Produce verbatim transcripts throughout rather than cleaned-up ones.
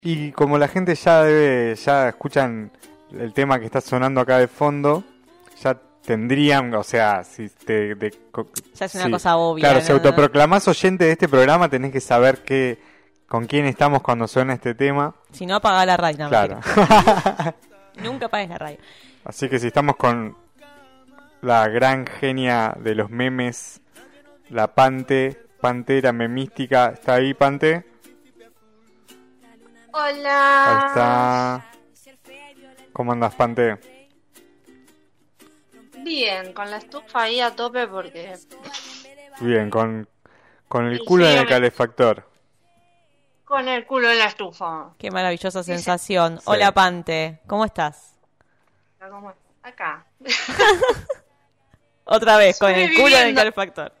Y como la gente ya debe, ya escuchan el tema que está sonando acá de fondo, ya tendrían, o sea, si te... te ya es una si, cosa obvia. Claro, ¿no? si autoproclamás oyente de este programa, tenés que saber qué, con quién estamos cuando suena este tema. Si no, apaga la radio. No, claro. Nunca apagues la radio. Así que si estamos con la gran genia de los memes, la Pante, Pantera memística, ¿está ahí, Pante? Hola. Ahí está. ¿Cómo andas, Pante? Bien, con la estufa ahí a tope porque... Bien, con, con el Sí, culo sí, en el me- calefactor. Con el culo en la estufa. Qué maravillosa Sí, sí. sensación. Sí. Hola, Pante. ¿Cómo estás? ¿Cómo? Acá. Otra vez, con el culo en el Sobreviviendo. calefactor.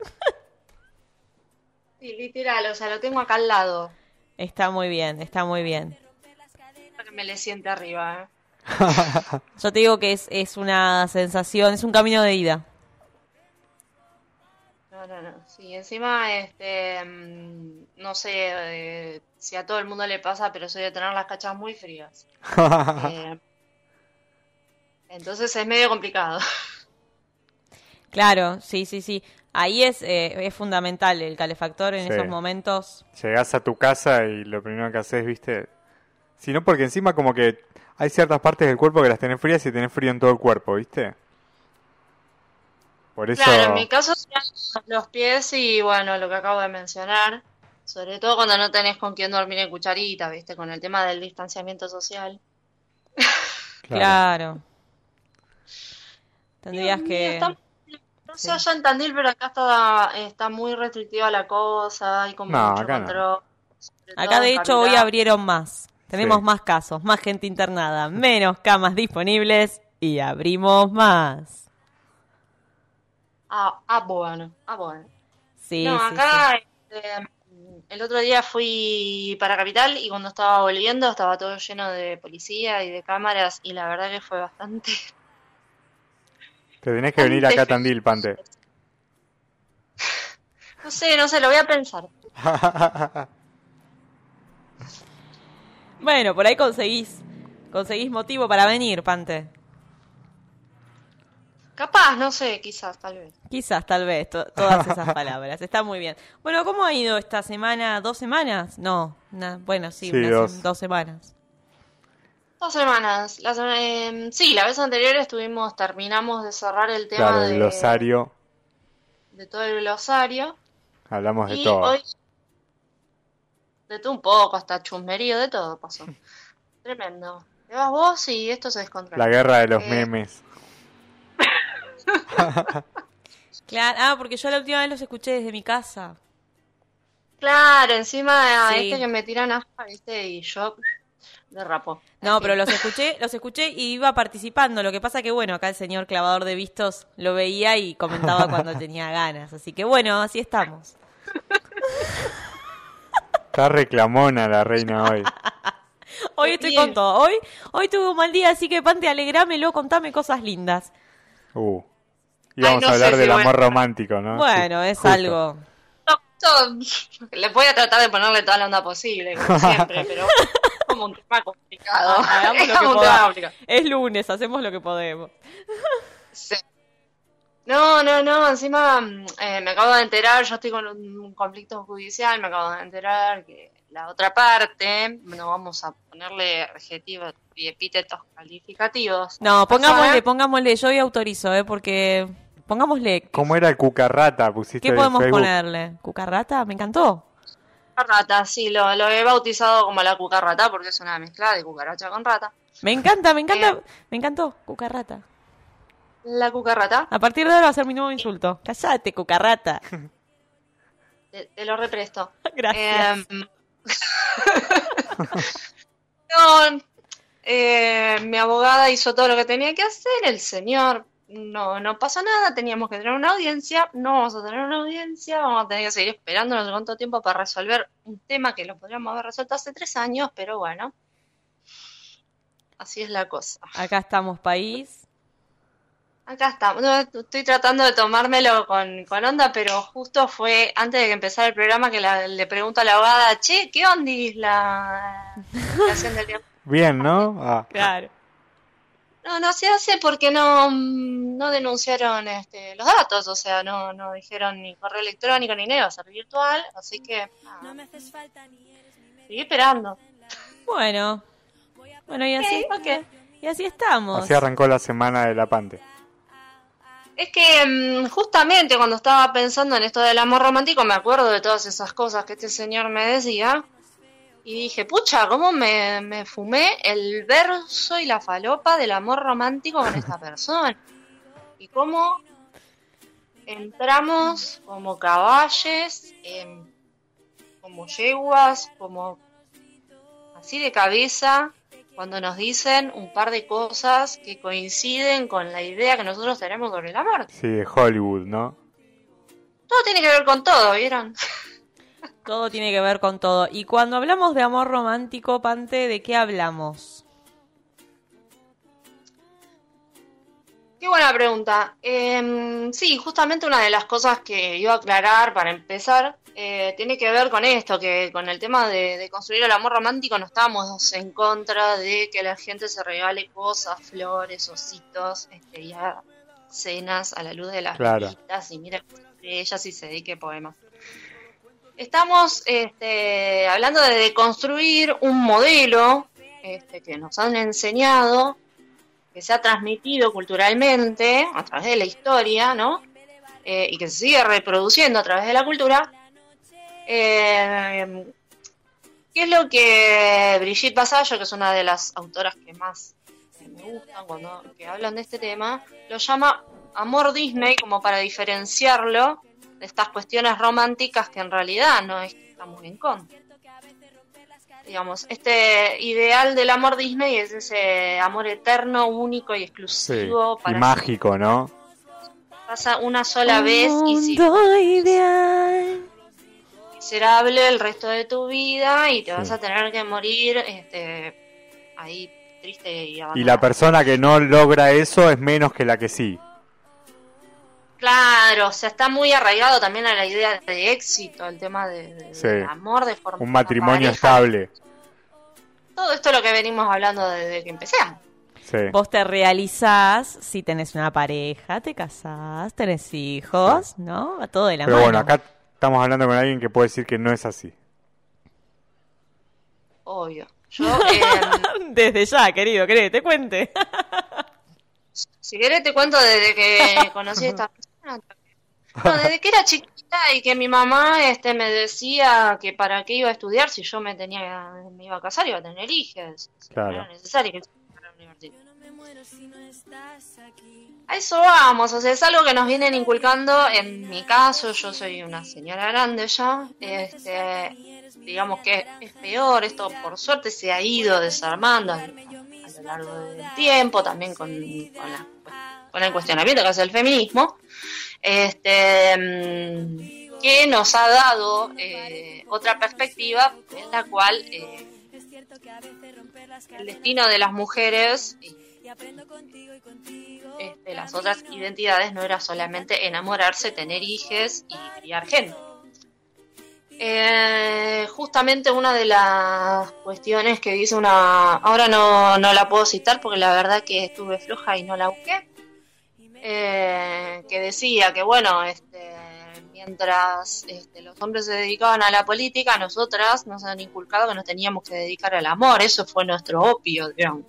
Sí, literal, o sea, lo tengo acá al lado. Está muy bien, está muy bien. Para que me le siente arriba, ¿eh? Yo te digo que es, es una sensación, es un camino de ida. No, no, no. Sí, encima, este... mm, no sé eh, si a todo el mundo le pasa, pero soy de tener las cachas muy frías. Eh, entonces es medio complicado. Claro, sí, sí, sí. Ahí es, eh, es fundamental el calefactor en Sí. esos momentos. Llegás a tu casa y lo primero que haces, ¿viste? Si no, porque encima como que hay ciertas partes del cuerpo que las tenés frías y tenés frío en todo el cuerpo, ¿viste? Por eso... Claro, en mi caso serían los pies y bueno, lo que acabo de mencionar, sobre todo cuando no tenés con quién dormir en cucharita, ¿viste? Con el tema del distanciamiento social. Claro. Tendrías Dios mío, que... está- no sé sí. allá en Tandil, pero acá está, está muy restrictiva la cosa, hay como No, mucho acá no. control. sobre todo Acá de en hecho hoy capital. abrieron más. Tenemos Sí. más casos, más gente internada, menos camas disponibles y abrimos más. Ah, ah, bueno, ah, bueno. Sí, No, sí, acá este, el otro día fui para Capital y cuando estaba volviendo estaba todo lleno de policía y de cámaras y la verdad que fue bastante... Te tenés que venir acá a bastante Tandil, Pante. No sé, no sé, lo voy a pensar. Bueno, por ahí conseguís, conseguís motivo para venir, Pante. Capaz, no sé, quizás, tal vez. Quizás, tal vez, to- todas esas palabras. Está muy bien. Bueno, ¿cómo ha ido esta semana? ¿Dos semanas? No, na- bueno, sí, Sí, unas dos. dos semanas. Dos semanas. La sema- em, sí, la vez anterior estuvimos, terminamos de cerrar el tema Claro, el de, glosario. de todo el glosario. Hablamos de Y todo. hoy, de todo un poco, hasta chusmerío, de todo pasó. Tremendo. Te vas vos y esto se descontrola. La guerra de los Eh, memes. Claro, ah, porque yo la última vez los escuché desde mi casa. Claro, encima a Sí. este que me tiran aspa, ¿viste? Y yo derrapo. No, En pero fin. los escuché, los escuché y iba participando. Lo que pasa que, bueno, acá el señor clavador de vistos lo veía y comentaba cuando tenía ganas. Así que, bueno, así estamos. Está reclamona la reina hoy. Hoy estoy Bien. con todo. Hoy, hoy tuve un mal día, así que, Pante, alegrámelo, contame cosas lindas. Uh. Íbamos no a sé hablar si del voy a- amor romántico, ¿no? Bueno, Sí, es justo. algo... No, yo le voy a tratar de ponerle toda la onda posible, como siempre, pero es como un tema complicado. Hagamos Es lo que como un tema podamos. complicado. Es lunes, hacemos lo que podemos. Sí. No, no, no, encima mm, eh, me acabo de enterar, yo estoy con un, un conflicto judicial, me acabo de enterar que la otra parte, no vamos a ponerle adjetivos y epítetos calificativos. No, pongámosle, Ajá. pongámosle, yo hoy autorizo, ¿eh? Porque... Pongámosle... ¿Cómo era el cucarrata? Pusiste ¿Qué en podemos Facebook. ponerle? ¿Cucarrata? Me encantó. Rata, sí, lo, lo he bautizado como la cucarrata porque es una mezcla de cucaracha con rata. Me encanta, me encanta, Eh. me encantó, cucarrata. La cucarrata, A partir de ahora va a ser mi nuevo insulto. Cállate, cucarrata. te, te lo represto. Gracias. Em, no, eh, mi abogada hizo todo lo que tenía que hacer, el señor no, no pasa nada, teníamos que tener una audiencia, no vamos a tener una audiencia, vamos a tener que seguir esperando no sé cuánto tiempo para resolver un tema que lo podríamos haber resuelto hace tres años, pero bueno, así es la cosa. Acá estamos, país. Acá estamos. No, estoy tratando de tomármelo con, con onda, pero justo fue antes de que empezara el programa que la- le pregunto a la abogada, che, ¿qué ondis la relación del día? Bien, ¿no? Ah, Claro. No, no se hace porque no, mm, no denunciaron este, los datos, o sea, no, no dijeron ni correo electrónico ni nada, va a ser virtual, así que nada, seguí esperando. Bueno, bueno, y así, Ok, ok. y así estamos. así arrancó la semana de la Pante. Es que mm, justamente cuando estaba pensando en esto del amor romántico me acuerdo de todas esas cosas que este señor me decía y dije, pucha, ¿cómo me, me fumé el verso y la falopa del amor romántico con esta persona? Y cómo entramos como caballos, em, como yeguas, como así de cabeza cuando nos dicen un par de cosas que coinciden con la idea que nosotros tenemos sobre el amor. Sí, de Hollywood, ¿no? Todo tiene que ver con todo, ¿vieron? Todo tiene que ver con todo. Y cuando hablamos de amor romántico, Pante, ¿de qué hablamos? Qué buena pregunta. Eh, sí, justamente una de las cosas que iba a aclarar para empezar eh, tiene que ver con esto, que con el tema de, de construir el amor romántico no estamos en contra de que la gente se regale cosas, flores, ositos, este, y haga cenas a la luz de las Claro. velitas y mira ellas y se dedique poemas. Estamos este, hablando de construir un modelo este, que nos han enseñado, que se ha transmitido culturalmente a través de la historia, ¿no? Eh, y que se sigue reproduciendo a través de la cultura. Eh, ¿Qué es lo que Brigitte Vasallo, que es una de las autoras que más me gustan cuando que hablan de este tema, lo llama amor Disney, como para diferenciarlo de estas cuestiones románticas que en realidad no es que estamos en contra. Digamos, este ideal del amor Disney es ese amor eterno, único y Sí. exclusivo Y para mágico, ¿no? pasa una sola vez y si Mundo ideal. miserable el resto de tu vida y te Sí. vas a tener que morir este ahí triste y abandonado. Y la persona que no logra eso es menos que la que sí. Claro, o sea, está muy arraigado también a la idea de éxito, el tema de, de- Sí. del amor, de formar Un una matrimonio pareja. estable. Todo esto es lo que venimos hablando desde que empezamos. Sí. Vos te realizás si tenés una pareja, te casás, tenés hijos, ¿no? Va todo de la Pero mano. bueno, acá estamos hablando con alguien que puede decir que no es así. Obvio. Yo, eh, Desde ya, querido, ¿querés que te cuente? si querés te cuento desde que conocí a esta persona. No, desde que era chiquita y que mi mamá este me decía que para qué iba a estudiar si yo me tenía me iba a casar, iba a tener hijos. Claro. No era necesario que estudiara en la universidad. A eso vamos, o sea, es algo que nos vienen inculcando. En mi caso, yo soy una señora grande ya, este, digamos que es peor, esto por suerte se ha ido desarmando a, a lo largo del tiempo, también con, con, la, con el cuestionamiento que hace el feminismo, este, mm, que nos ha dado eh, otra perspectiva en la cual eh, el destino de las mujeres y este, las otras identidades no era solamente enamorarse, tener hijos y criar gente. Eh, justamente una de las cuestiones que dice una, ahora no, no la puedo citar porque la verdad que estuve floja y no la busqué, eh, que decía que bueno, este, mientras este, los hombres se dedicaban a la política, nosotras nos han inculcado que nos teníamos que dedicar al amor, eso fue nuestro opio, digamos.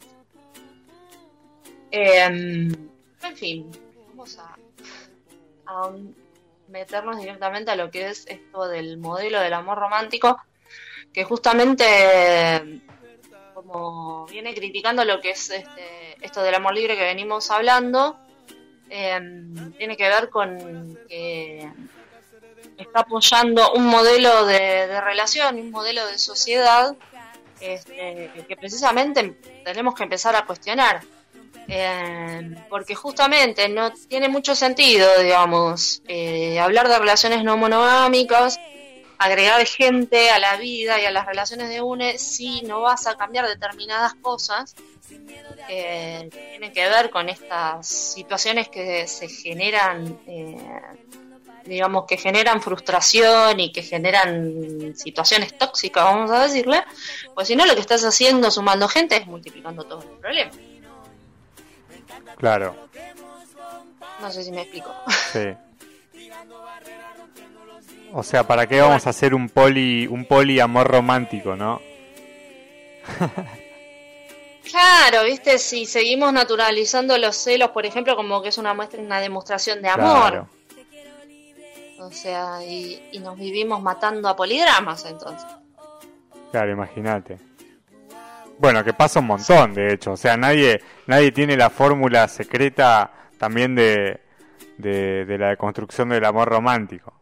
Eh, en fin, vamos a, a meternos directamente a lo que es esto del modelo del amor romántico, que justamente como viene criticando lo que es este, esto del amor libre que venimos hablando, eh, tiene que ver con que está apoyando un modelo de, de relación, un modelo de sociedad este, que precisamente tenemos que empezar a cuestionar. Eh, porque justamente no tiene mucho sentido, digamos, eh, hablar de relaciones no monogámicas, agregar gente a la vida y a las relaciones de une si no vas a cambiar determinadas cosas eh, que tienen que ver con estas situaciones que se generan, eh, digamos, que generan frustración y que generan situaciones tóxicas, vamos a decirle, pues si no lo que estás haciendo sumando gente es multiplicando todos los problemas. Claro. No sé si me explico. Sí. O sea, ¿para qué vamos a hacer un poli, un poliamor romántico, no? Claro, viste, si seguimos naturalizando los celos, por ejemplo, como que es una muestra, una demostración de amor. Claro. O sea, y, y nos vivimos matando a polidramas, entonces. Claro, imagínate. Bueno, que pasa un montón, de hecho. O sea, nadie nadie tiene la fórmula secreta también de, de, de la deconstrucción del amor romántico.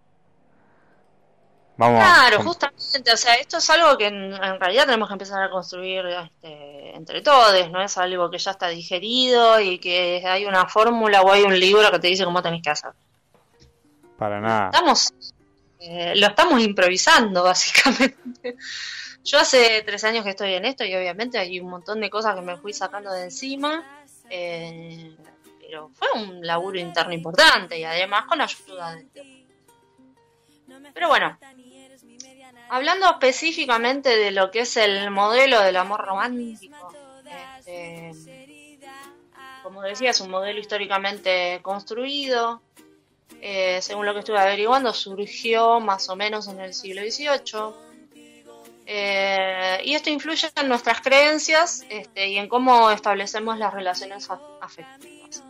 Vamos. Claro, con... justamente. O sea, esto es algo que en, en realidad tenemos que empezar a construir este, entre todos. No es algo que ya está digerido y que hay una fórmula o hay un libro que te dice cómo tenés que hacer. Para nada. Estamos, eh, lo estamos improvisando, básicamente. Yo hace tres años que estoy en esto y obviamente hay un montón de cosas que me fui sacando de encima, eh, pero fue un laburo interno importante y además con ayuda de... Pero bueno, hablando específicamente de lo que es el modelo del amor romántico, este, como decía, es un modelo históricamente construido. Eh, según lo que estuve averiguando, surgió más o menos en el siglo dieciocho. Eh, y esto influye en nuestras creencias este, y en cómo establecemos las relaciones afectivas.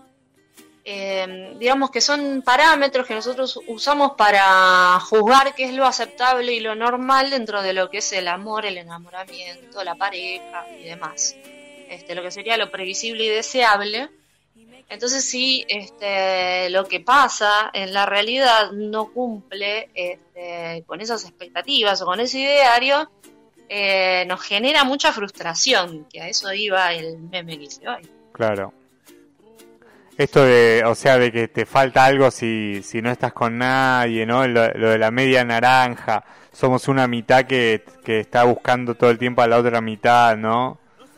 Eh, digamos que son parámetros que nosotros usamos para juzgar qué es lo aceptable y lo normal dentro de lo que es el amor, el enamoramiento, la pareja y demás. Este, lo que sería lo previsible y deseable. Entonces, si este, lo que pasa en la realidad no cumple este, con esas expectativas o con ese ideario, eh, nos genera mucha frustración, que a eso iba el meme que hice hoy. Claro. Esto de, o sea, de que te falta algo si, si no estás con nadie, ¿no? Lo, lo de la media naranja, somos una mitad que, que está buscando todo el tiempo a la otra mitad, ¿no?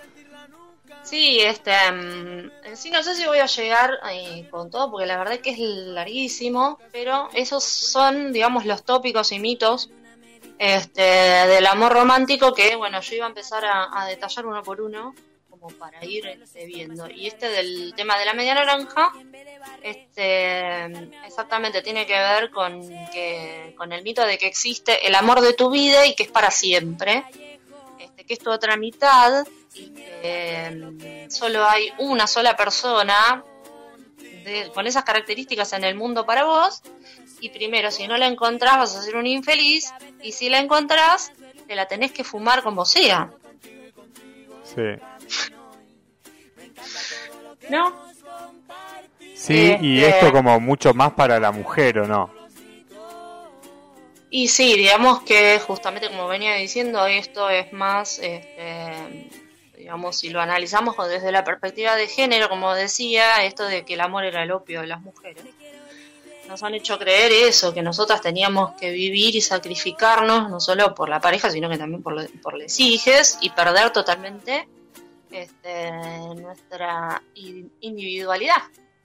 Sí, este, um, sí, no sé si voy a llegar eh, con todo, porque la verdad es que es larguísimo, pero esos son, digamos, los tópicos y mitos este, del amor romántico que, bueno, yo iba a empezar a, a detallar uno por uno, como para ir este, viendo. Y este del tema de la media naranja, este, exactamente tiene que ver con que, con el mito de que existe el amor de tu vida y que es para siempre, este, que es tu otra mitad. Y que eh, solo hay una sola persona de, con esas características en el mundo para vos, y primero, si no la encontrás vas a ser un infeliz, y si la encontrás te la tenés que fumar como sea. Sí. ¿No? Sí, este... y esto como mucho más para la mujer, ¿o no? Y sí, digamos que justamente como venía diciendo, esto es más... Este, digamos, si lo analizamos desde la perspectiva de género, como decía, esto de que el amor era el opio de las mujeres, nos han hecho creer eso, que nosotras teníamos que vivir y sacrificarnos, no solo por la pareja, sino que también por, lo, por los hijos, y perder totalmente este, nuestra individualidad.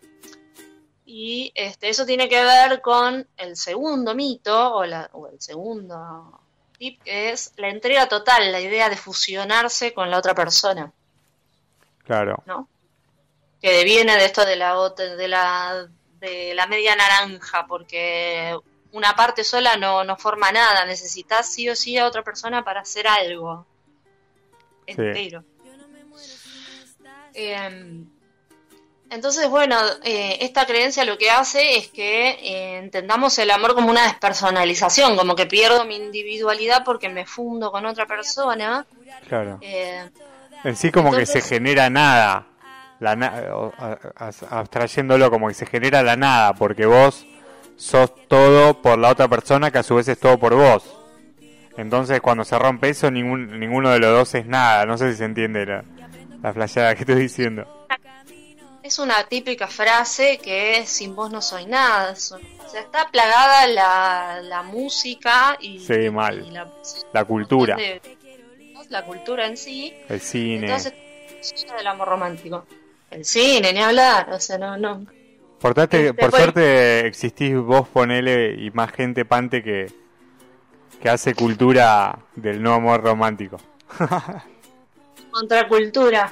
Y este, eso tiene que ver con el segundo mito, o, la, o el segundo... tip, que es la entrega total, la idea de fusionarse con la otra persona. Claro. ¿No? Que deviene de esto de la de la de la media naranja, porque una parte sola no, no forma nada, necesitas sí o sí a otra persona para hacer algo entero. Sí. Eh, Entonces, bueno, eh, esta creencia lo que hace es que eh, entendamos el amor como una despersonalización, como que pierdo mi individualidad porque me fundo con otra persona. Claro. Eh, en sí como entonces, que se genera nada, la na- abstrayéndolo como que se genera la nada, porque vos sos todo por la otra persona que a su vez es todo por vos. Entonces cuando se rompe eso, ningún, ninguno de los dos es nada. No sé si se entiende la, la flasheada que estoy diciendo. Es una típica frase que es sin vos no soy nada. O sea, está plagada la, la música y, sí, mal. y la, la cultura. De, la cultura en sí. El cine. Entonces, del amor romántico. El cine, ni hablar, o sea, no, no. Por, tate, Este, por bueno. suerte existís vos, ponele, y más gente pante que, que hace cultura del no amor romántico. Contracultura.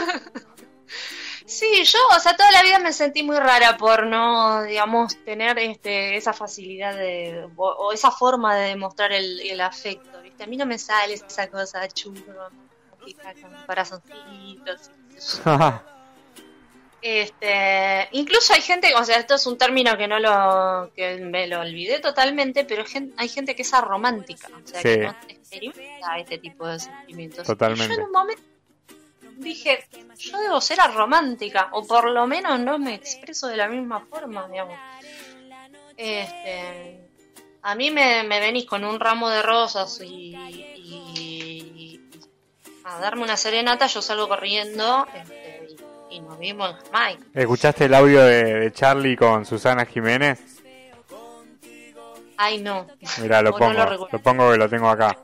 Sí, yo, o sea, toda la vida me sentí muy rara por no, digamos, tener este esa facilidad de o, o esa forma de demostrar el, el afecto, ¿viste? A mí no me sale esa cosa churro, con corazoncitos. Este, incluso hay gente, o sea, esto es un término que no lo que me lo olvidé totalmente, pero gen- hay gente que es aromántica, o sea, Sí. que no experimenta este tipo de sentimientos. Totalmente. Y yo en un momento dije, yo debo ser aromántica, o por lo menos no me expreso de la misma forma, digamos. Este, a mí me, me venís con un ramo de rosas y, y- y a darme una serenata, yo salgo corriendo este, y, y nos vimos en Jamaica. ¿Escuchaste el audio de, de Charlie con Susana Jiménez? Ay, no. Mirá, lo O no pongo, lo recuerdo. lo pongo que lo tengo acá.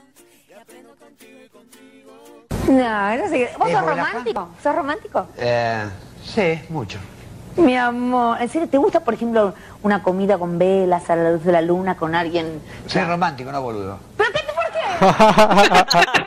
No, no sé qué. ¿Vos ¿Es sos buena, romántico? ¿Sos romántico? Eh, sí, mucho. Mi amor, ¿en serio te gusta, por ejemplo, una comida con velas a la luz de la luna con alguien? Soy romántico, no boludo. ¿Pero qué, por qué?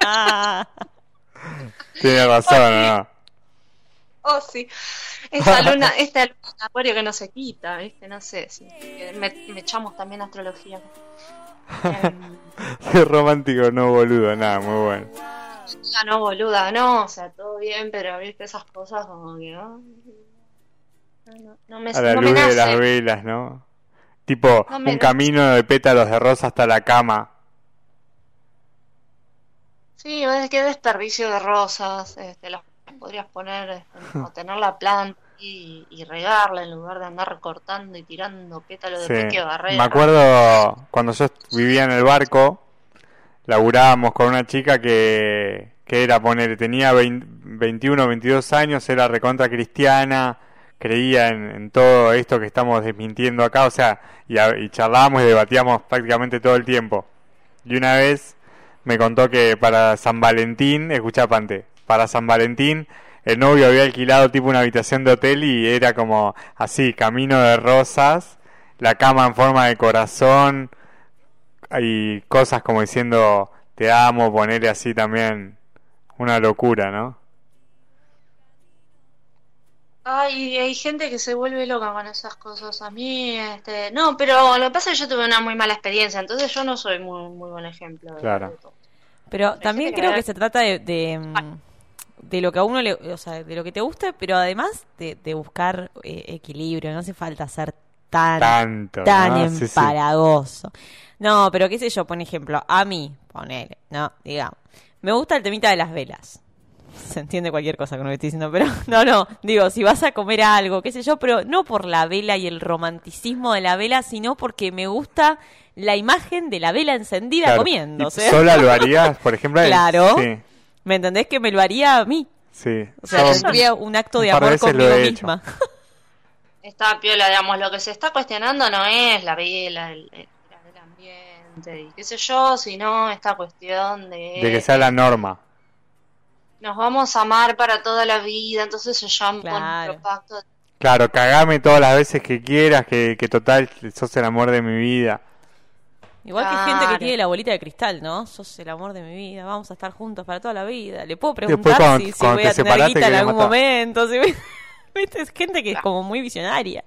Tiene razón, ¿no? Oh, sí. Esa luna, esta luna de acuario que no se quita, ¿viste? No sé. Sí. Me, me echamos también astrología. Em, Qué romántico, no boludo, nada, muy bueno. ya no, boluda, no. O sea, todo bien, pero, ¿viste? Esas cosas como que, ¿no? No, no, no me, A la no luz me de nace. las velas, ¿no? Tipo, No me un nace. camino de pétalos de rosa hasta la cama. Sí, es que desperdicio de rosas. Este, las podrías poner, este, o tener la planta y, y regarla en lugar de andar recortando y tirando pétalos Sí. de Peque Barrera. Me acuerdo cuando yo vivía en el barco, laburábamos con una chica que, que era, poner, tenía veinte, veintiuno, veintidós años, era recontra cristiana, creía en, en todo esto que estamos desmintiendo acá, o sea, y, a- y charlábamos y debatíamos prácticamente todo el tiempo. Y una vez me contó que para San Valentín, escuchá Pante, para San Valentín el novio había alquilado tipo una habitación de hotel y era como así, camino de rosas, la cama en forma de corazón y cosas como diciendo te amo, ponerle así también, una locura, ¿no? Ay, hay gente que se vuelve loca con esas cosas. A mí, este, no, pero lo que pasa es que yo tuve una muy mala experiencia, entonces yo no soy muy, muy buen ejemplo de, Claro. de todo. Pero también gente que creo me- que se trata de, de, mm, de lo que a uno le, o sea, de lo que te gusta, pero además de, de buscar eh, equilibrio. No hace falta ser tan, Tanto, tan ¿no? Sí, sí. empalagoso. No, pero qué sé yo, por ejemplo, a mí, ponele, no, digamos, me gusta el temita de las velas. Se entiende cualquier cosa con lo que estoy diciendo, pero no, no, digo, si vas a comer algo, qué sé yo, pero no por la vela y el romanticismo de la vela, sino porque me gusta la imagen de la vela encendida Claro. comiendo. ¿Y o sea, sola lo harías, por ejemplo? Claro. Sí, ¿me entendés? Que me lo haría a mí. sí. O sea, Yo tendría un acto de un par de amor veces lo conmigo he hecho. misma. Está piola, digamos, lo que se está cuestionando no es la vela, el, el, el ambiente y qué sé yo, sino esta cuestión de, De que sea la norma. nos vamos a amar para toda la vida, entonces se llama Claro. nuestro pacto. Claro, cagame todas las veces que quieras, que, que total sos el amor de mi vida. Igual que hay gente que Claro. tiene la bolita de cristal, ¿no? Sos el amor de mi vida, vamos a estar juntos para toda la vida. Le puedo Después, preguntar cuando- si, si cuando voy te a tener separás, te guita en querés algún matar. momento. Si... ¿Viste? Es gente que es como muy visionaria.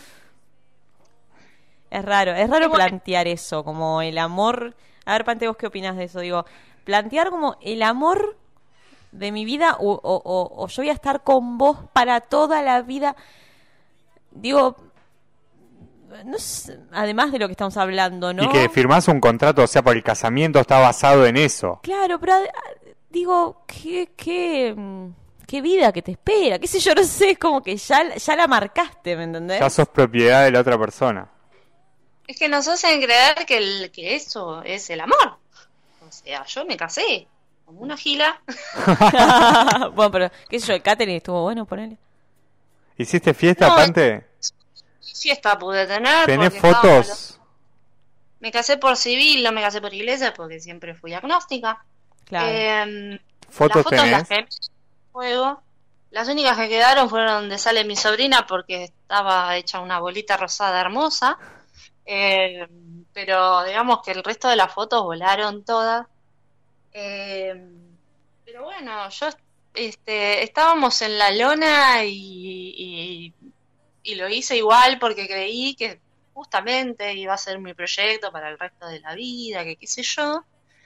Es raro, es raro plantear eso, como el amor. A ver, Pante, ¿vos qué opinas de eso? Digo, plantear como el amor de mi vida o, o, o, o yo voy a estar con vos para toda la vida. Digo, no sé, además de lo que estamos hablando, ¿no? Y que firmás un contrato, o sea, porque el casamiento está basado en eso. Claro, pero ah, digo, ¿qué, qué, mm, qué vida que te espera? ¿Qué sé yo? No sé, es como que ya, ya la marcaste, ¿me entendés? Ya sos propiedad de la otra persona. Es que nos hacen creer que, el, que eso es el amor. O sea, yo me casé como una gila. Bueno, pero qué sé yo, el catering estuvo bueno, ponele. ¿Hiciste fiesta, No, Pante? Fiesta pude tener. ¿Tenés porque estábamos fotos? los- Me casé por civil, no me casé por iglesia porque siempre fui agnóstica. Claro. Eh, ¿Fotos las fotos tenés? las que juego. Las únicas que quedaron fueron donde sale mi sobrina porque estaba hecha una bolita rosada hermosa. Eh, pero digamos que el resto de las fotos volaron todas. Eh, pero bueno, yo este, estábamos en la lona y, y, y lo hice igual porque creí que justamente iba a ser mi proyecto para el resto de la vida, que qué sé yo.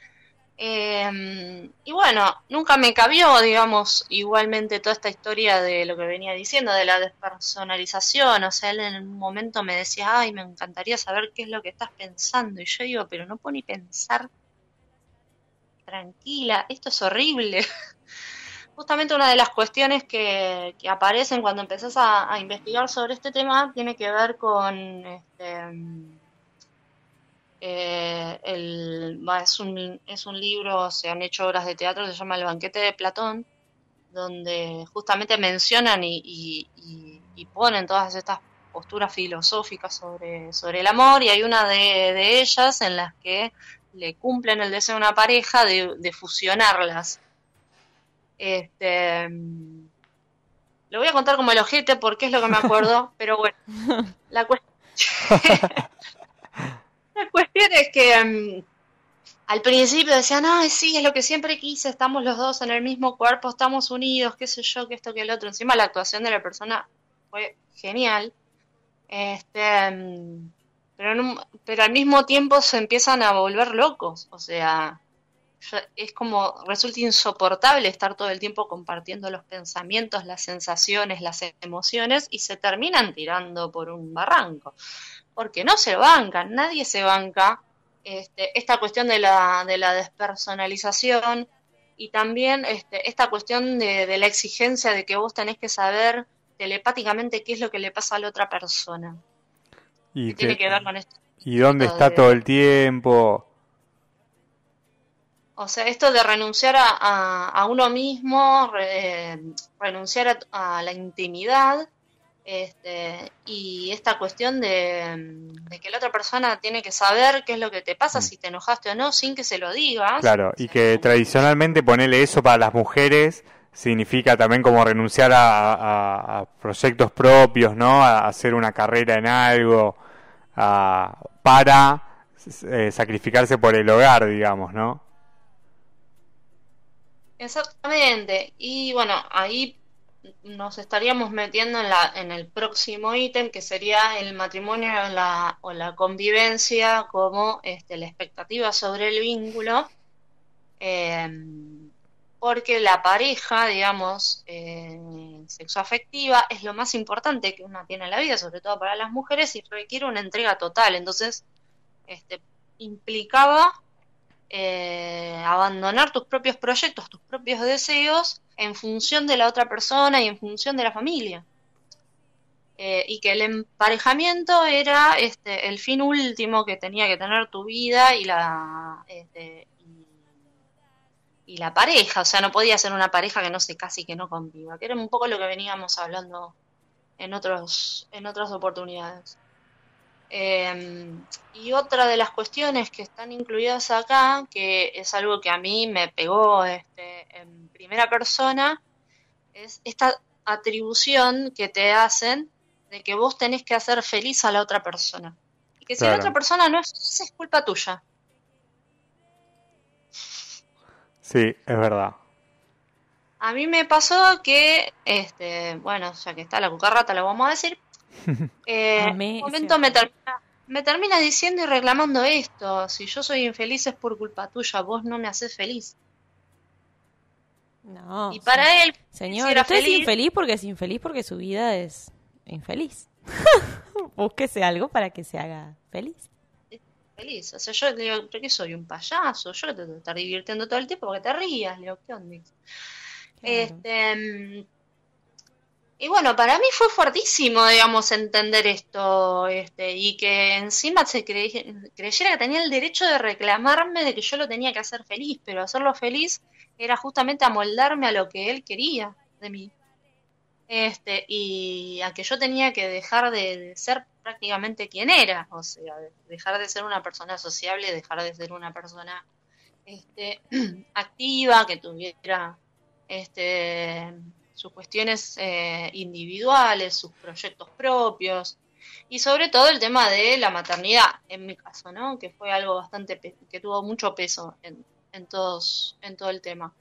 Eh, y bueno, nunca me cabió, digamos, igualmente toda esta historia de lo que venía diciendo, de la despersonalización. O sea, él en un momento me decía, ay, me encantaría saber qué es lo que estás pensando. Y yo digo, pero no puedo ni pensar. Tranquila, esto es horrible. Justamente una de las cuestiones que, que aparecen cuando empezás a, a investigar sobre este tema tiene que ver con este, eh, el, va, es, un, es un libro, se han hecho obras de teatro, se llama El banquete de Platón, donde justamente mencionan y, y, y, y ponen todas estas posturas filosóficas sobre, sobre el amor, y hay una de, de ellas en las que le cumplen el deseo a una pareja de, de fusionarlas. Este, lo voy a contar como el ojete porque es lo que me acuerdo, pero bueno, la, cuest- la cuestión es que um, al principio decían, ay, sí, es lo que siempre quise, estamos los dos en el mismo cuerpo, estamos unidos, qué sé yo, que esto, que el otro. Encima la actuación de la persona fue genial, este, um, pero, en un, pero al mismo tiempo se empiezan a volver locos, o sea... es como, resulta insoportable estar todo el tiempo compartiendo los pensamientos, las sensaciones, las emociones, y se terminan tirando por un barranco, porque no se bancan, nadie se banca este, esta cuestión de la, de la despersonalización, y también este, esta cuestión de, de la exigencia de que vos tenés que saber telepáticamente qué es lo que le pasa a la otra persona. Y que tiene que, que ver con esto. ¿Y dónde está de, todo el tiempo? O sea, esto de renunciar a, a, a uno mismo, re, renunciar a, a la intimidad, este, y esta cuestión de, de que la otra persona tiene que saber qué es lo que te pasa, mm. si te enojaste o no, sin que se lo digas. Claro, y que como... tradicionalmente ponerle eso para las mujeres significa también como renunciar a, a, a proyectos propios, ¿no? A hacer una carrera en algo, a, para eh, sacrificarse por el hogar, digamos, ¿no? Exactamente, y bueno, ahí nos estaríamos metiendo en, la, en el próximo ítem, que sería el matrimonio o la, o la convivencia como este, la expectativa sobre el vínculo, eh, porque la pareja, digamos, eh, sexoafectiva es lo más importante que una tiene en la vida, sobre todo para las mujeres, y requiere una entrega total. Entonces, este, implicaba... Eh, abandonar tus propios proyectos, tus propios deseos en función de la otra persona y en función de la familia. Eh, y que el emparejamiento era este, el fin último que tenía que tener tu vida y la, este, y, y la pareja. O sea, no podía ser una pareja que no se case y que no conviva, que era un poco lo que veníamos hablando en, otros, en otras oportunidades. Eh, y otra de las cuestiones que están incluidas acá, que es algo que a mí me pegó este, en primera persona, es esta atribución que te hacen de que vos tenés que hacer feliz a la otra persona. Y que si claro. la otra persona no es feliz, es culpa tuya. Sí, es verdad. A mí me pasó que, este, bueno, ya que está la cucarrata, lo vamos a decir. Eh, en un momento me termina, me termina diciendo y reclamando esto: si yo soy infeliz es por culpa tuya, vos no me haces feliz. No. Y para sí. él, señor, si usted feliz, es infeliz porque es infeliz porque su vida es infeliz. Búsquese algo para que se haga feliz. Feliz, o sea, yo le digo, ¿pero qué soy? ¿Un payaso? Yo que te tengo que estar divirtiendo todo el tiempo porque te rías, le digo, ¿qué onda? Claro. Este... Y bueno, para mí fue fuertísimo, digamos, entender esto, este, y que encima se cre- creyera que tenía el derecho de reclamarme de que yo lo tenía que hacer feliz, pero hacerlo feliz era justamente amoldarme a lo que él quería de mí. Este, y a que yo tenía que dejar de, de ser prácticamente quien era, o sea, de dejar de ser una persona sociable, dejar de ser una persona este, activa, que tuviera este, sus cuestiones eh, individuales, sus proyectos propios, y sobre todo el tema de la maternidad, en mi caso, ¿no? Que fue algo bastante, pe- que tuvo mucho peso en, en todos, en todo el tema.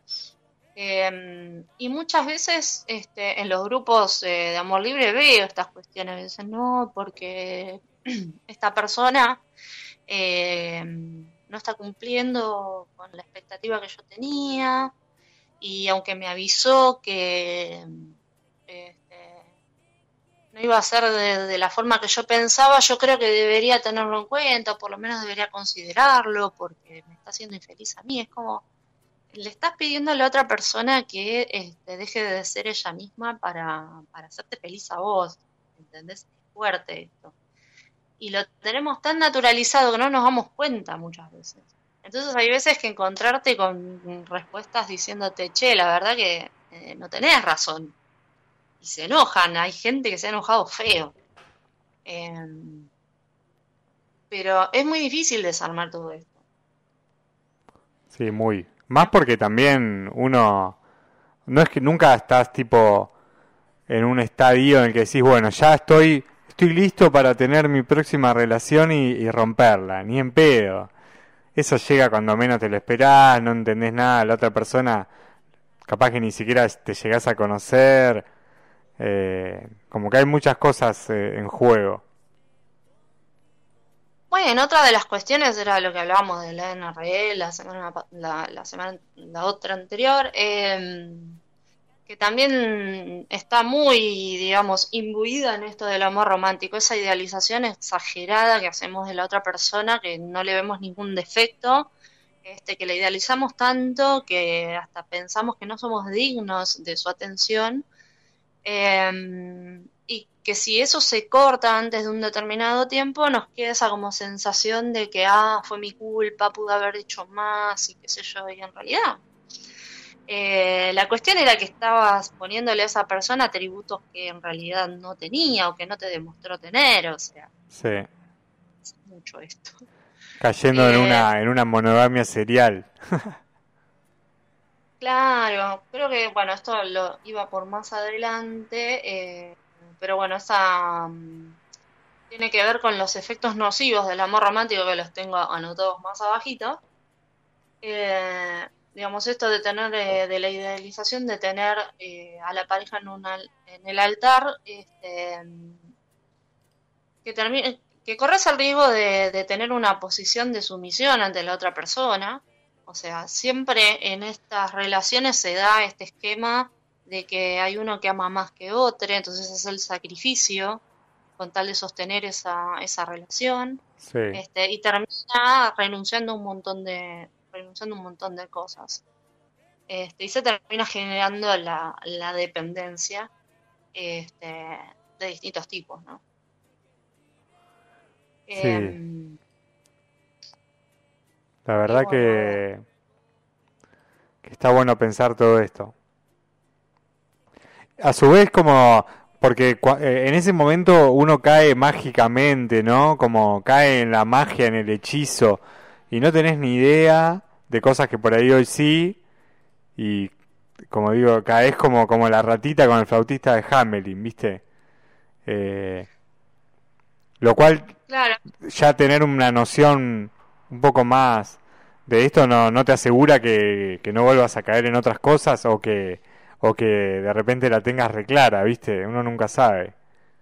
Eh, y muchas veces este, en los grupos eh, de amor libre veo estas cuestiones, dicen, no, porque esta persona eh, no está cumpliendo con la expectativa que yo tenía, y aunque me avisó que este, no iba a ser de, de la forma que yo pensaba, yo creo que debería tenerlo en cuenta, o por lo menos debería considerarlo, porque me está haciendo infeliz a mí. Es como, le estás pidiendo a la otra persona que este, deje de ser ella misma para, para hacerte feliz a vos, ¿entendés? Es fuerte esto. Y lo tenemos tan naturalizado que no nos damos cuenta muchas veces. Entonces hay veces que encontrarte con respuestas diciéndote, che, la verdad que eh, no tenés razón. Y se enojan, hay gente que se ha enojado feo. Eh, pero es muy difícil desarmar todo esto. Sí, muy. Más porque también uno, no es que nunca estás tipo en un estadio en el que decís, bueno, ya estoy, estoy listo para tener mi próxima relación y, y romperla, ni en pedo. Eso llega cuando menos te lo esperás, no entendés nada, la otra persona capaz que ni siquiera te llegás a conocer, eh, como que hay muchas cosas eh, en juego. Bueno, otra de las cuestiones era lo que hablábamos de la N R E la semana, pa- la, la semana, la otra anterior, eh, que también está muy, digamos, imbuida en esto del amor romántico, esa idealización exagerada que hacemos de la otra persona, que no le vemos ningún defecto, este, que la idealizamos tanto que hasta pensamos que no somos dignos de su atención. Eh, y que si eso se corta antes de un determinado tiempo, nos queda esa como sensación de que, ah, fue mi culpa, pude haber hecho más y qué sé yo, y en realidad eh, la cuestión era que estabas poniéndole a esa persona atributos que en realidad no tenía o que no te demostró tener, o sea, Sí, es mucho esto. cayendo en Eh, una en una monogamia serial. claro, creo que, bueno, esto lo iba por más adelante, eh, pero bueno, esa... mm, tiene que ver con los efectos nocivos del amor romántico, que los tengo anotados más abajito. Eh, digamos, esto de tener, eh, de la idealización de tener eh, a la pareja en, un al- en el altar, este, que, termine, que corres el riesgo de, de tener una posición de sumisión ante la otra persona. O sea, siempre en estas relaciones se da este esquema de que hay uno que ama más que otro, entonces es el sacrificio con tal de sostener esa, esa relación, Sí, este, y termina renunciando a un montón de, renunciando a un montón de cosas. Este, y se termina generando la, la dependencia este, de distintos tipos, ¿no? sí. Em, La y verdad bueno, a ver. que, que está bueno pensar todo esto. A su vez como, porque cua- eh, en ese momento uno cae mágicamente, ¿no? Como cae en la magia, en el hechizo, y no tenés ni idea de cosas que por ahí hoy sí, y como digo, caes como, como la ratita con el flautista de Hamelin, ¿viste? Eh, lo cual Claro, ya tener una noción un poco más de esto no, no te asegura que, que no vuelvas a caer en otras cosas o que, o que de repente la tengas reclara, ¿viste? Uno nunca sabe.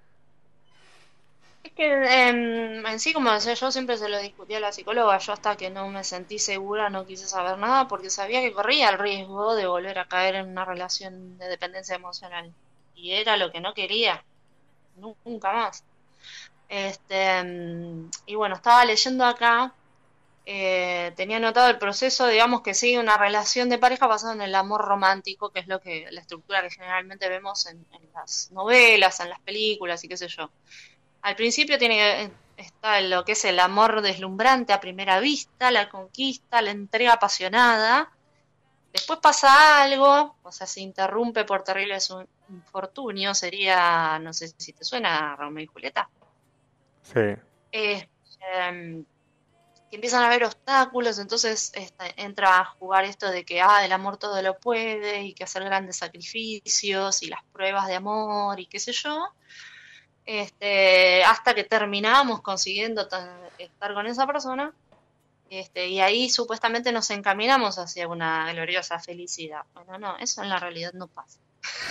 es que em, en sí, como decía yo, siempre se lo discutí a la psicóloga. Yo hasta que no me sentí segura no quise saber nada porque sabía que corría el riesgo de volver a caer en una relación de dependencia emocional. Y era lo que no quería, nu- nunca más. Este, mm, y bueno, estaba leyendo acá, eh, tenía anotado el proceso, digamos, que sigue una relación de pareja basada en el amor romántico, que es lo que, la estructura que generalmente vemos en, en las novelas, en las películas y qué sé yo. Al principio tiene que- está lo que es el amor deslumbrante a primera vista, la conquista, la entrega apasionada. Después pasa algo, o sea, se interrumpe por terribles un- infortunio, sería, no sé si te suena, Romeo y Julieta. Sí, Eh, em, que empiezan a haber obstáculos, entonces este, entra a jugar esto de que ah, el amor todo lo puede y que hacer grandes sacrificios y las pruebas de amor y qué sé yo, este, hasta que terminamos consiguiendo ta- estar con esa persona, este, y ahí supuestamente nos encaminamos hacia una gloriosa felicidad. Bueno, no, eso en la realidad no pasa.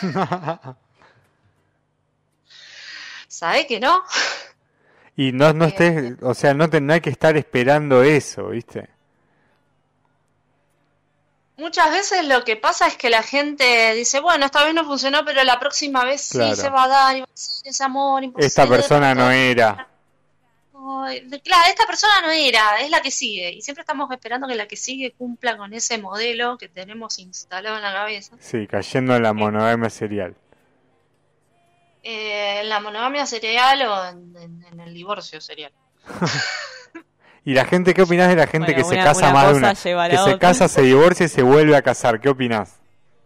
¿Sabe que no? Y no, no Este, estés, o sea, no, te, no hay que estar esperando eso, ¿viste? muchas veces lo que pasa es que la gente dice, bueno, esta vez no funcionó, pero la próxima vez sí Claro. se va a dar y va a ser ese amor imposible. Esta persona no era. Ay, claro, esta persona no era, es la que sigue. Y siempre estamos esperando que la que sigue cumpla con ese modelo que tenemos instalado en la cabeza. Sí, cayendo en la monogamia serial. Eh, en la monogamia serial o en, en- en el divorcio serial. ¿Y la gente, qué opinás de la gente Bueno, que se una- casa una más de cosa una? lleva a Que la se otra. casa, se divorcia y se vuelve a casar. ¿Qué opinás?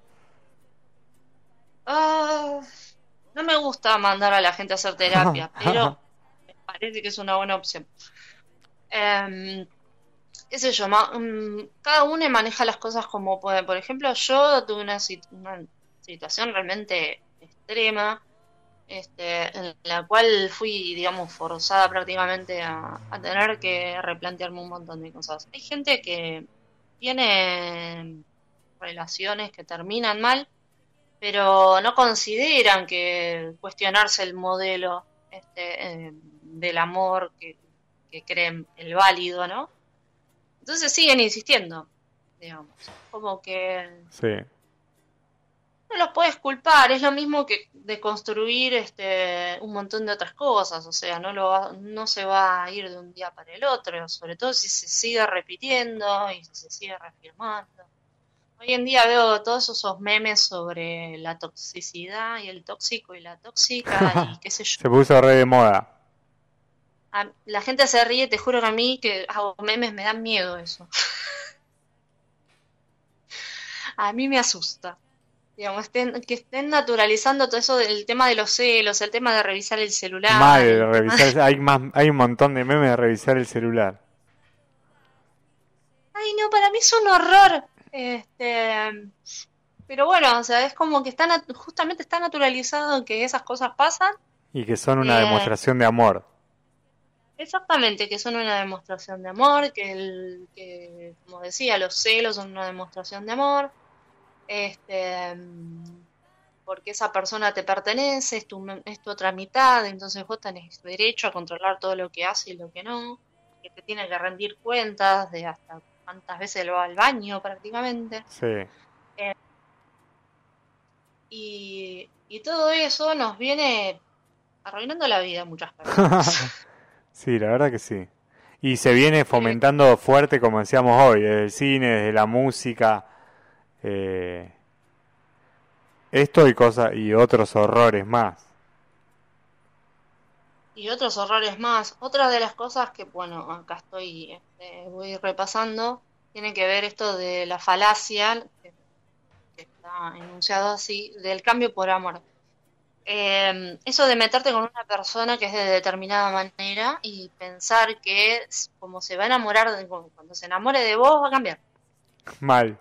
Ah, no me gusta mandar a la gente a hacer terapia, pero me parece que es una buena opción. Em, qué sé yo, ma- mm, cada uno maneja las cosas como puede. Por ejemplo, yo tuve una, sit- una situación realmente extrema, este, en la cual fui, digamos, forzada prácticamente a, a tener que replantearme un montón de cosas. Hay gente que tiene relaciones que terminan mal, pero no consideran que cuestionarse el modelo este, eh, del amor que, que creen el válido, ¿no? Entonces siguen insistiendo, digamos. Como que Sí. no los puedes culpar, es lo mismo que de construir este, un montón de otras cosas, o sea, no, lo va- no se va a ir de un día para el otro, sobre todo si se sigue repitiendo y si se sigue reafirmando. Hoy en día veo todos esos memes sobre la toxicidad y el tóxico y la tóxica y qué sé yo. Se puso re de moda. A- la gente se ríe, te juro que a mí que hago memes me dan miedo eso. A mí me asusta. Digamos, estén, que estén naturalizando todo eso del tema de los celos, el tema de revisar el celular. Mal, el tema revisar, de- hay más, hay un montón de memes de revisar el celular. Ay, no, para mí es un horror. Este, pero bueno, o sea, es como que está nat- justamente está naturalizado que esas cosas pasan. Y que son una Eh, demostración de amor. Exactamente, que son una demostración de amor, que, el, que como decía, los celos son una demostración de amor. Este, mm, porque esa persona te pertenece, es tu, es tu otra mitad, entonces vos tenés derecho a controlar todo lo que hace y lo que no, que te tiene que rendir cuentas de hasta cuántas veces lo va al baño prácticamente. Sí. Y, y todo eso nos viene arruinando la vida a muchas personas. Sí, la verdad que sí. Y se viene fomentando fuerte, como decíamos hoy, desde el cine, desde la música. eh, esto y cosas y otros horrores más. Y otros horrores más. Otra de las cosas que, bueno, acá estoy, este, voy repasando, tiene que ver esto de la falacia, que, que está enunciado así, del cambio por amor. Eh, eso de meterte con una persona que es de determinada manera y pensar que s- como se va a enamorar, de, cuando se enamore de vos va a cambiar. Mal.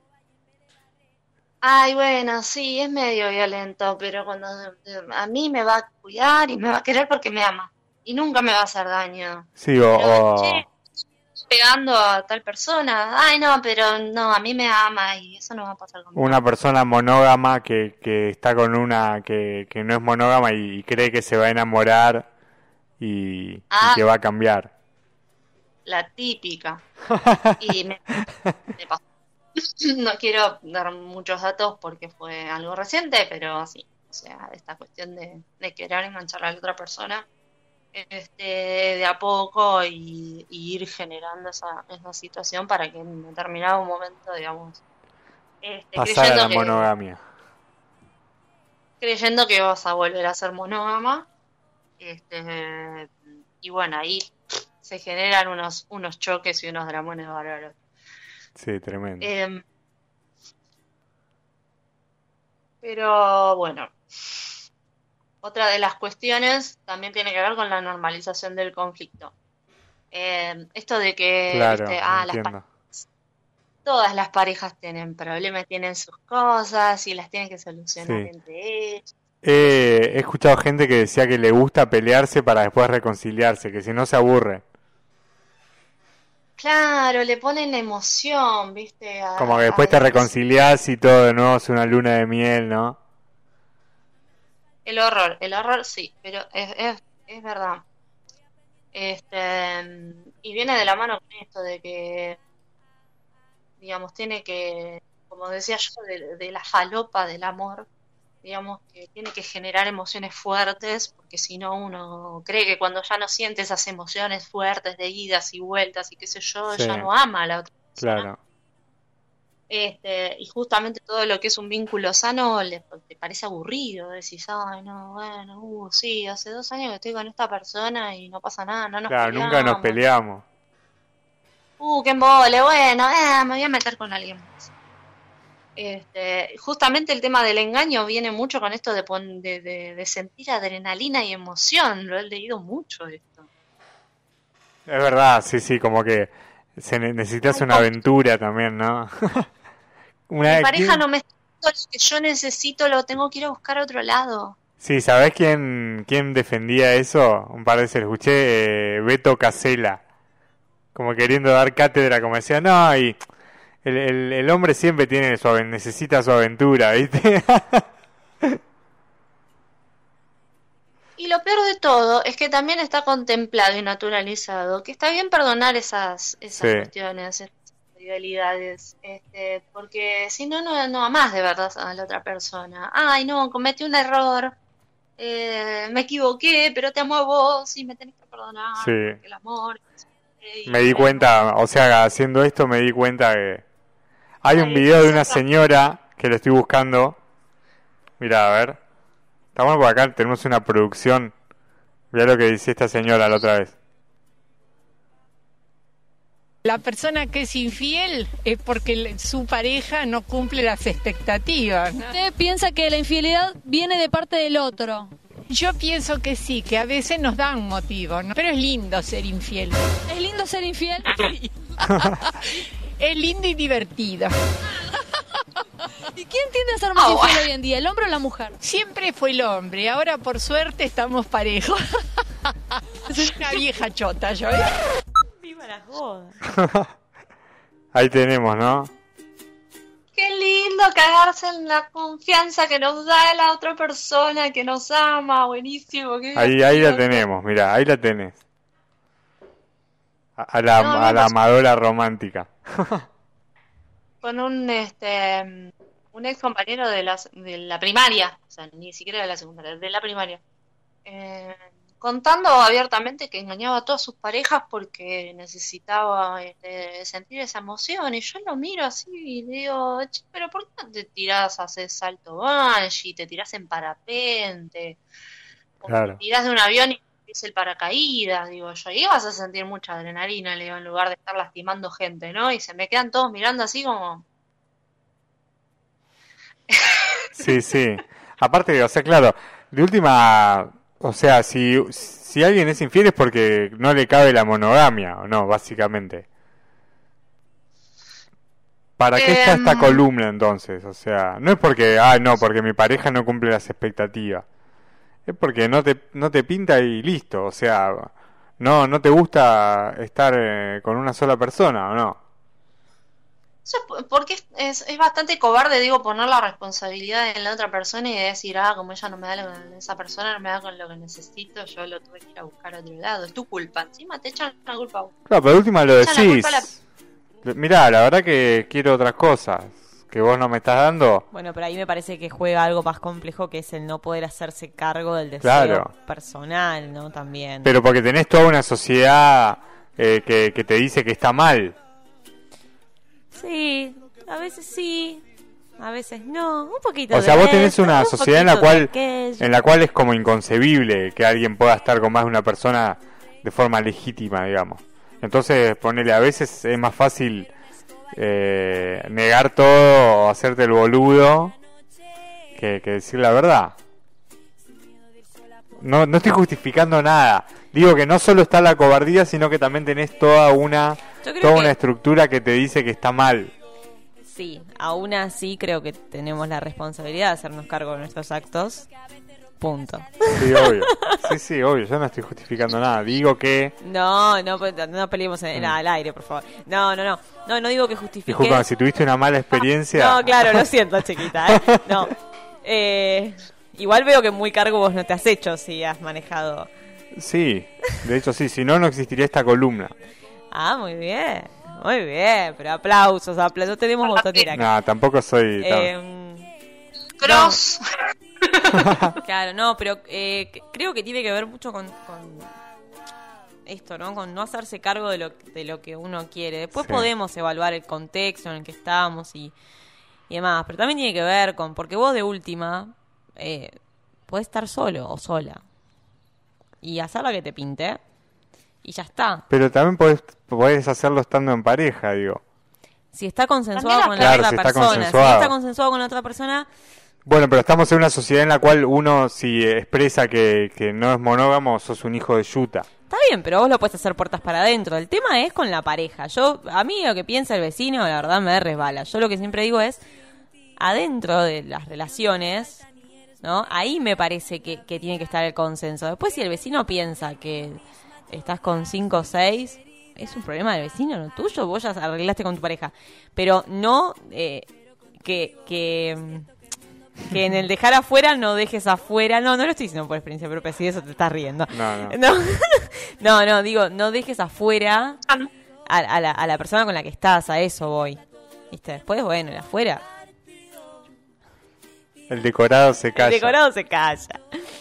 Ay, bueno, sí, es medio violento, pero cuando eh, a mí me va a cuidar y me va a querer porque me ama y nunca me va a hacer daño. Sí, o, Pero, o- che, pegando a tal persona, ay, no, pero no, a mí me ama y eso no va a pasar conmigo. una persona monógama que, que está con una que, que no es monógama y, y cree que se va a enamorar y, y Ah. que va a cambiar. La típica. Y me, me pasó. No quiero dar muchos datos porque fue algo reciente, pero sí, o sea, esta cuestión de, de querer enganchar a la otra persona este, de a poco y, y ir generando esa, esa situación para que en determinado momento, digamos, este, Pasar a creyendo la que, monogamia. creyendo que vas a volver a ser monógama, este, y bueno, ahí se generan unos, unos choques y unos dramones bárbaros. Sí, tremendo. Em, pero bueno, otra de las cuestiones también tiene que ver con la normalización del conflicto. Eh, esto de que, Claro, viste, ah, las entiendo. parejas, todas las parejas tienen problemas, tienen sus cosas y las tienen que solucionar Sí. entre ellos. Eh, he escuchado gente que decía que le gusta pelearse para después reconciliarse, que si no se aburre. Claro, le ponen la emoción, viste, a, Como que a después te la cosa. reconciliás y todo de nuevo es una luna de miel, ¿no? El horror, el horror sí, pero es, es, es verdad. Este, y viene de la mano con esto de que, digamos, tiene que, como decía yo, de, de la falopa del amor, digamos, que tiene que generar emociones fuertes, porque si no uno cree que cuando ya no siente esas emociones fuertes de idas y vueltas y qué sé yo, Sí, ya no ama a la otra persona. claro. Este, y justamente todo lo que es un vínculo sano le, te parece aburrido, decís, ay, no, bueno, uh, sí, hace dos años que estoy con esta persona y no pasa nada, no nos Claro, nunca nos peleamos, peleamos. uh, qué embole, bueno, eh, me voy a meter con alguien más. Este, justamente el tema del engaño viene mucho con esto de, pon- de, de, de sentir adrenalina y emoción, lo he leído mucho esto. Es verdad, sí, sí, como que se ne- necesitas Ay, una ¿cómo? aventura también, ¿no? Mi Una, pareja ¿quién- no me está dando lo que yo necesito, lo tengo que ir a buscar a otro lado. Sí, ¿sabés quién, quién defendía eso? Un par de veces lo escuché, eh, Beto Casella, como queriendo dar cátedra, como decía, no, y el, el, el hombre siempre tiene su, aven- necesita su aventura, ¿viste? Y lo peor de todo es que también está contemplado y naturalizado que está bien perdonar esas, esas Sí. cuestiones, esas infidelidades, este, porque si no, no, no amás de verdad a la otra persona. Ay, no, cometí un error, eh, me equivoqué, pero te amo a vos y me tenés que perdonar, Sí. porque el amor... y Me di bueno, cuenta, o sea, haciendo esto me di cuenta que hay la un video de una dedicación tam- señora que lo estoy buscando. Mirá, a ver. Estamos por acá, tenemos una producción. Mirá lo que decía esta señora la otra vez. La persona que es infiel es porque le- su pareja no cumple las expectativas, ¿no? ¿Usted piensa que la infidelidad viene de parte del otro? Yo pienso que sí, que a veces nos dan motivos, ¿no? Pero es lindo ser infiel. ¿Es lindo ser infiel? Es lindo y divertido. ¿Y quién tiende a ser más Oh, infiel hoy en día, el hombre o la mujer? Siempre fue el hombre, ahora por suerte estamos parejos. Soy una vieja chota yo, ¿eh? Viva las bodas. Ahí tenemos, ¿no? Qué lindo cagarse en la confianza que nos da la otra persona que nos ama, buenísimo. Qué Ahí, ahí la divertido. tenemos, mirá, ahí la tenés. A, a la, No, a mí me a la pasó- amadora romántica. Con un este un ex compañero de la, de la primaria, o sea, ni siquiera de la secundaria, de la primaria, eh, contando abiertamente que engañaba a todas sus parejas porque necesitaba este, sentir esa emoción. Y yo lo miro así y le digo, "Che, pero ¿por qué no te tirás, haces salto bungee, te tirás en parapente, o Claro. te tirás de un avión y es el paracaídas?" Digo yo, y vas a sentir mucha adrenalina, le digo, en lugar de estar lastimando gente, ¿no? Y se me quedan todos mirando así como... Sí, sí. Aparte, o sea, claro, de última, o sea, si, si alguien es infiel es porque no le cabe la monogamia, ¿o no? Básicamente. ¿Para qué está esta Em. columna entonces? O sea, no es porque, ah, no, porque mi pareja no cumple las expectativas. Es porque no te, no te pinta y listo. O sea, no, no te gusta estar eh, con una sola persona, ¿o no? Eso es po- porque es, es, es bastante cobarde, digo, poner la responsabilidad en la otra persona y decir, ah, como ella no me da lo que, esa persona no me da con lo que necesito, yo lo tuve que ir a buscar a otro lado. Es tu culpa. Encima te echan la culpa a vos. Claro, pero de última lo Echan la decís. culpa a la- Mirá, la verdad que quiero otras cosas que vos no me estás dando. Bueno, pero ahí me parece que juega algo más complejo, que es el no poder hacerse cargo del deseo Claro. personal, ¿no? También. Pero porque tenés toda una sociedad eh, que, que te dice que está mal. Sí, a veces sí, a veces no, un poquito O de sea, vos tenés esto, una un sociedad en la poquito de cual aquello. en la cual es como inconcebible que alguien pueda estar con más de una persona de forma legítima, digamos. Entonces, ponele, a veces es más fácil eh, negar todo o hacerte el boludo que, que decir la verdad. No, no estoy justificando nada. Digo que no solo está la cobardía, sino que también tenés toda una Yo creo toda que- una estructura que te dice que está mal. Sí, aún así creo que tenemos la responsabilidad de hacernos cargo de nuestros actos. Punto. Sí, obvio. Sí, sí, obvio. Yo no estoy justificando nada. Digo que... No, no, pues, no peleemos en, en- al aire, por favor. No, no, no. No, no digo que justifique. Disculpa, si tuviste una mala experiencia... No, claro, lo siento, chiquita. ¿eh? No. Eh, igual veo que muy cargo vos no te has hecho si has manejado. Sí, de hecho sí. Si no, no existiría esta columna. Ah, muy bien. Muy bien, pero aplausos, aplausos. No tenemos botonera acá. No, tampoco soy... tan- Eh, Cross. Claro, no, pero eh, c- creo que tiene que ver mucho con, con esto, ¿no? Con no hacerse cargo de lo, de lo que uno quiere. Después Sí. podemos evaluar el contexto en el que estamos y, y demás, pero también tiene que ver con, porque vos de última eh, podés estar solo o sola y hacer la que te pinte y ya está. Pero también podés, podés hacerlo estando en pareja, digo. Si está consensuado También con Claro, la si otra está persona, si consensuado. está consensuado con la otra persona, Bueno, pero estamos en una sociedad en la cual uno, si expresa que, que no es monógamo, sos un hijo de yuta. está bien, pero vos lo puedes hacer puertas para adentro. El tema es con la pareja. Yo, a mí lo que piensa el vecino, la verdad me resbala. Yo lo que siempre digo es, adentro de las relaciones, ¿no? Ahí me parece que, que tiene que estar el consenso. Después si el vecino piensa que estás con cinco o seis, es un problema del vecino, no tuyo. Vos ya arreglaste con tu pareja. Pero no eh, que... que mm, que en el dejar afuera no dejes afuera. No, no lo estoy diciendo por experiencia propia, si de eso te estás riendo. No, no. No, no, no, digo, no dejes afuera Ah, no. a, a la, a la persona con la que estás, a eso voy. ¿Viste? Después, bueno, el afuera. El decorado se calla. El decorado se calla.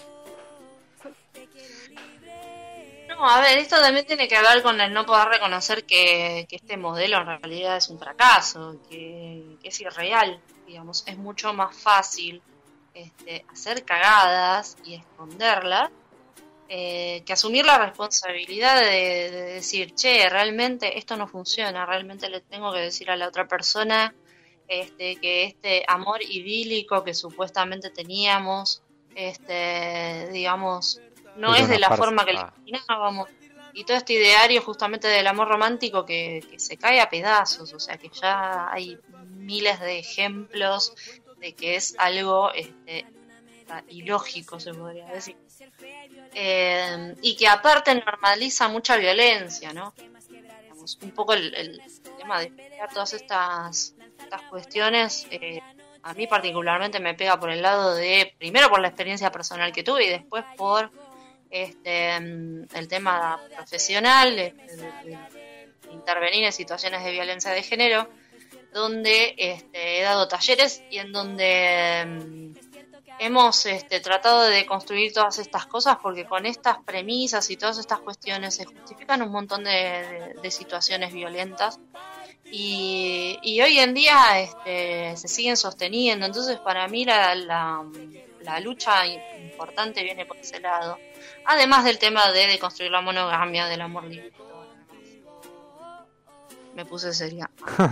No, a ver, esto también tiene que ver con el no poder reconocer que, que este modelo en realidad es un fracaso, que, que es irreal, digamos. Es mucho más fácil este, hacer cagadas y esconderlas eh, que asumir la responsabilidad de, de decir, che, realmente esto no funciona, realmente le tengo que decir a la otra persona este, que este amor idílico que supuestamente teníamos, este, digamos, no Es es de una la farsa. forma que lo Ah. imaginábamos. Y todo este ideario justamente del amor romántico que, que se cae a pedazos, o sea que ya hay miles de ejemplos de que es algo este, ilógico, se podría decir. Eh, y que aparte normaliza mucha violencia, ¿no? Digamos, un poco el, el tema de explicar todas estas, estas cuestiones, eh, a mí particularmente me pega por el lado de, primero por la experiencia personal que tuve y después por este el tema profesional, de, de- de intervenir en situaciones de violencia de género, donde este, he dado talleres y en donde mm, hemos este, tratado de construir todas estas cosas, porque con estas premisas y todas estas cuestiones se justifican un montón de, de- de situaciones violentas y, y hoy en día este, se siguen sosteniendo. Entonces para mí la, la, la lucha importante viene por ese lado, además del tema de, de construir la monogamia, del amor libre y todo lo demás. Me puse seria.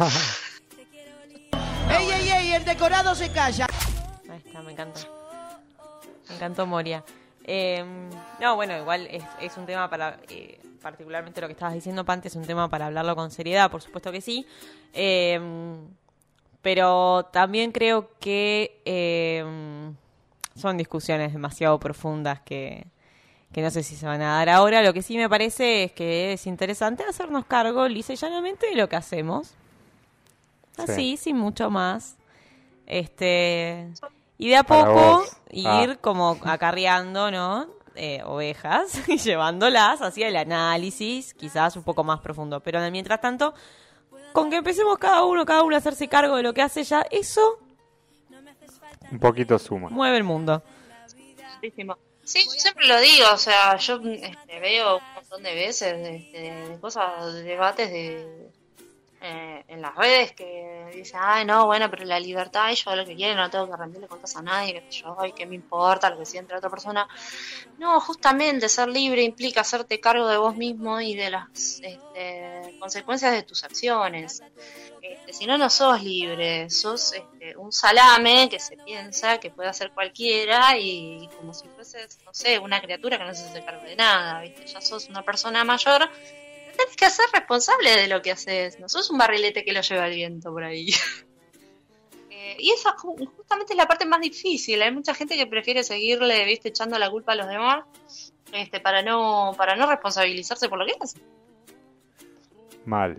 ¡Ey, ey, ey! El decorado se calla. Ahí está, me encanta. Me encantó Moria. Eh, no, bueno, igual es, es un tema para, eh, particularmente lo que estabas diciendo, Pante, es un tema para hablarlo con seriedad, por supuesto que sí. Eh, pero también creo que eh, son discusiones demasiado profundas que, que no sé si se van a dar ahora. Lo que sí me parece es que es interesante hacernos cargo lisa y llanamente de lo que hacemos. Así, Sí. sin mucho más. Este... Y de a Para poco vos. ir Ah. como acarreando, ¿no? Eh, ovejas y llevándolas hacia el análisis, quizás un poco más profundo. Pero mientras tanto, con que empecemos cada uno, cada uno a hacerse cargo de lo que hace ya, eso Un poquito suma. mueve el mundo. Muchísimo. Sí, yo siempre lo digo, o sea, yo este, veo un montón de veces este, de cosas, de debates de, eh, en las redes que dicen, ay, no, bueno, pero la libertad, y yo hago lo que quiero, no tengo que rendirle cuentas a nadie, que yo, ay, qué me importa lo que siente la otra persona. No, justamente ser libre implica hacerte cargo de vos mismo y de las este, consecuencias de tus acciones. Este, si no, no sos libre, sos este, un salame que se piensa que puede hacer cualquiera y, y como si fueses, no sé, una criatura que no se hace cargo de nada, ¿viste? Ya sos una persona mayor, te tenés que hacer responsable de lo que haces, no sos un barrilete que lo lleva el viento por ahí. eh, y esa ju- justamente es la parte más difícil, hay mucha gente que prefiere seguirle, ¿viste? Echando la culpa a los demás este, para no para no responsabilizarse por lo que hace. Mal.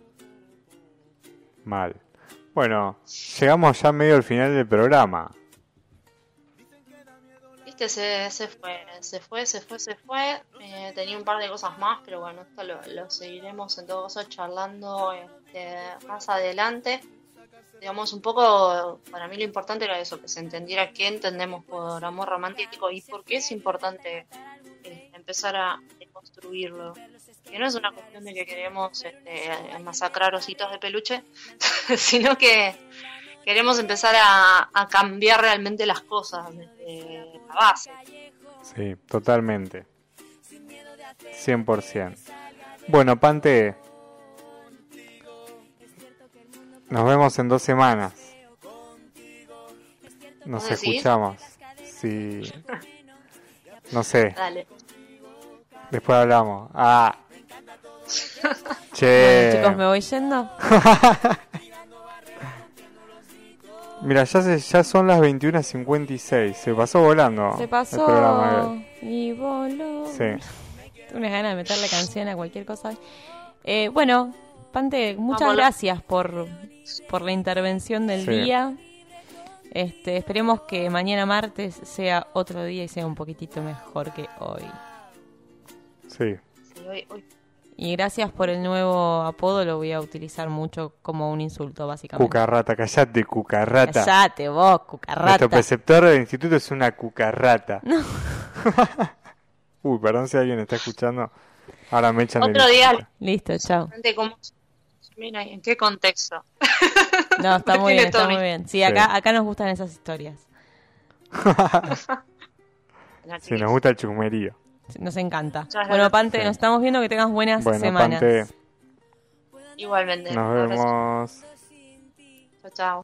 Mal. Bueno, llegamos ya medio al final del programa. Viste, se, se fue, se fue, se fue, se fue. Eh, tenía un par de cosas más, pero bueno, esto lo, lo seguiremos en todo caso charlando este, más adelante. Digamos, un poco, para mí lo importante era eso, que se entendiera qué entendemos por amor romántico y por qué es importante eh, empezar a construirlo. Que no es una cuestión de que queremos este, masacrar ositos de peluche, sino que queremos empezar a, a cambiar realmente las cosas desde la base. Sí, totalmente. cien por ciento. Bueno, Pante, nos vemos en dos semanas. Nos ¿Vos decís? escuchamos. Sí. No sé, Dale. después hablamos. Ah. Bueno, Che. chicos, me voy yendo. Mira, ya, se, ya son las veintiuna cincuenta y seis. Se pasó volando. Se el programa pasó de hoy. y voló. Sí. Tengo unas ganas de meterle canción a cualquier cosa. Eh, bueno, Pante, muchas Vámonos. gracias por, por la intervención del Sí. día. Este, esperemos que mañana martes sea otro día y sea un poquitito mejor que hoy. Sí. Sí, hoy- hoy- Y gracias por el nuevo apodo, lo voy a utilizar mucho como un insulto, básicamente. Cucarrata, callate, cucarrata. Callate vos, Nuestro cucarrata. preceptor del instituto es una cucarrata. No. Uy, perdón si alguien está escuchando. Ahora me echan del Otro día, instituto. Listo, chao. gente, ¿cómo- mira, ¿en qué contexto? No, está Me muy tiene bien, está Tommy. muy bien. Sí, acá, acá nos gustan esas historias. Sí, nos gusta el chusmerío. Nos encanta. Muchas Bueno, gracias. Pante, Sí. nos estamos viendo, que tengas buenas Bueno, semanas. Pante, Igualmente. nos Un abrazo. vemos. Chao, chao.